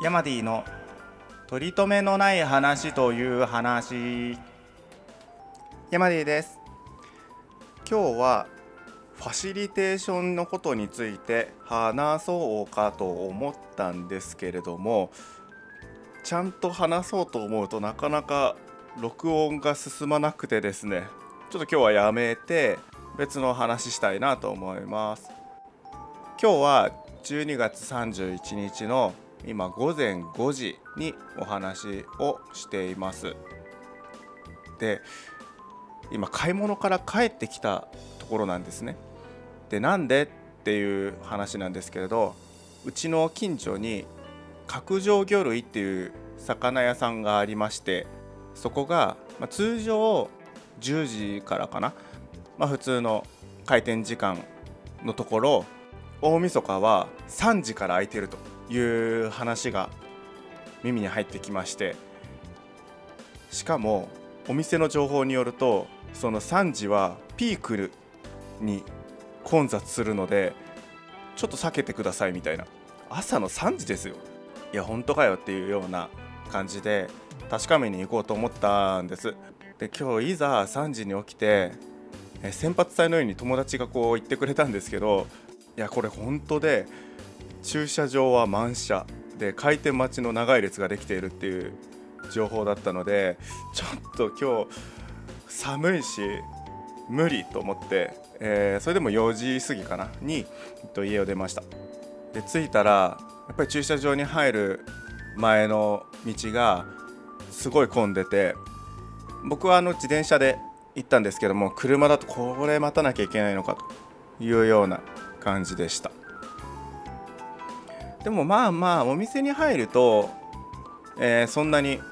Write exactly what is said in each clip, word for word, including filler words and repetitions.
ヤマディの取り留めのない話という話。ヤマディです。今日はファシリテーションのことについて話そうかと思ったんですけれども、ちゃんと話そうと思うとなかなか録音が進まなくてですね、ちょっと今日はやめて別の話したいなと思います。今日はじゅうにがつさんじゅういちにちの今ごぜんごじにお話をしています。で、今買い物から帰ってきたところなんですね。で、なんでっていう話なんですけれど、うちの近所に角上魚類っていう魚屋さんがありまして、そこが、まあ、通常じゅうじからかな、まあ、普通の開店時間のところ、大晦日はさんじから開いてるという話が耳に入ってきまして、しかもお店の情報によると、そのさんじはピークに混雑するのでちょっと避けてくださいみたいな。朝のさんじですよ。いや本当かよっていうような感じで確かめに行こうと思ったんです。で、今日いざさんじに起きてえ先発隊のように友達がこう言ってくれたんですけど、いやこれ本当で、駐車場は満車で開店待ちの長い列ができているっていう情報だったので、ちょっと今日寒いし無理と思って、えー、それでもよじ過ぎかなに、えっと、家を出ました。で、着いたらやっぱり駐車場に入る前の道がすごい混んでて、僕はあの自転車で行ったんですけども、車だとこれ待たなきゃいけないのかというような感じでした。でもまあまあお店に入ると、えー、そんなに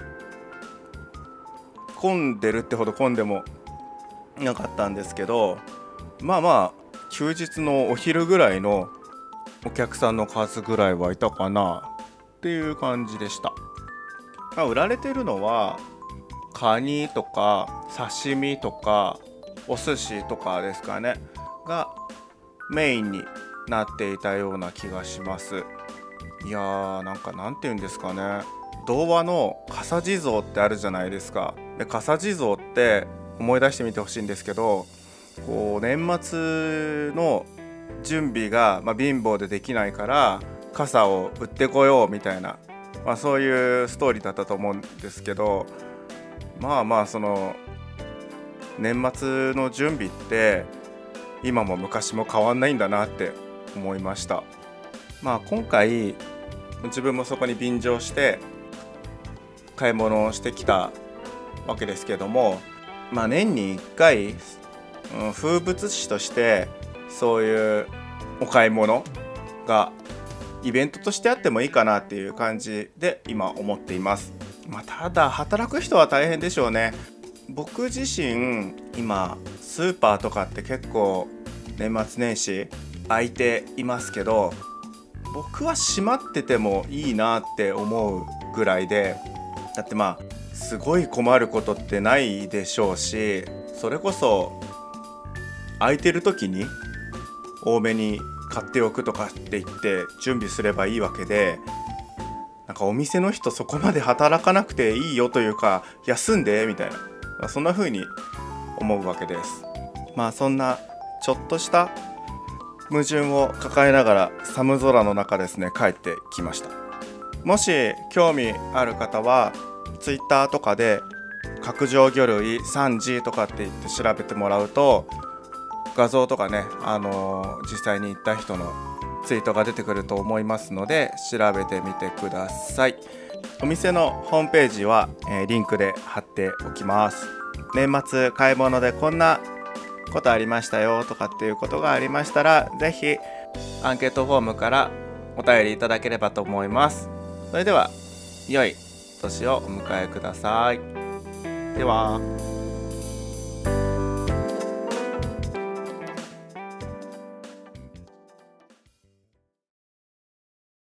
混んでるってほど混んでもなかったんですけど、まあまあ休日のお昼ぐらいのお客さんの数ぐらいはいたかなっていう感じでした。まあ、売られてるのはカニとか刺身とかお寿司とかですかねがメインになっていたような気がします。いやー、なんかなんて言うんですかね、童話の笠地蔵ってあるじゃないですか。で、笠地蔵って思い出してみてほしいんですけど、こう年末の準備が、まあ、貧乏でできないから傘を売ってこようみたいな、まあ、そういうストーリーだったと思うんですけど、まあまあその年末の準備って今も昔も変わんないんだなって思いました。まあ今回自分もそこに便乗して買い物をしてきたわけですけども、まあ年にいっかい、うん、風物詩としてそういうお買い物がイベントとしてあってもいいかなっていう感じで今思っています。まあ、ただ働く人は大変でしょうね。僕自身今スーパーとかって結構年末年始空いていますけど、僕は閉まっててもいいなって思うぐらいで、だってまあすごい困ることってないでしょうし、それこそ空いてる時に多めに買っておくとかって言って準備すればいいわけで、なんかお店の人そこまで働かなくていいよというか、休んでみたいな、そんな風に思うわけです。まあそんなちょっとした矛盾を抱えながら寒空の中ですね、帰ってきました。もし興味ある方はツイッターとかで角上魚類さんじとかって言って調べてもらうと、画像とかね、あのー、実際に行った人のツイートが出てくると思いますので調べてみてください。お店のホームページは、えー、リンクで貼っておきます。年末買い物でこんなことありましたよとかっていうことがありましたら、ぜひアンケートフォームからお便りいただければと思います。それでは良い年をお迎えください。では。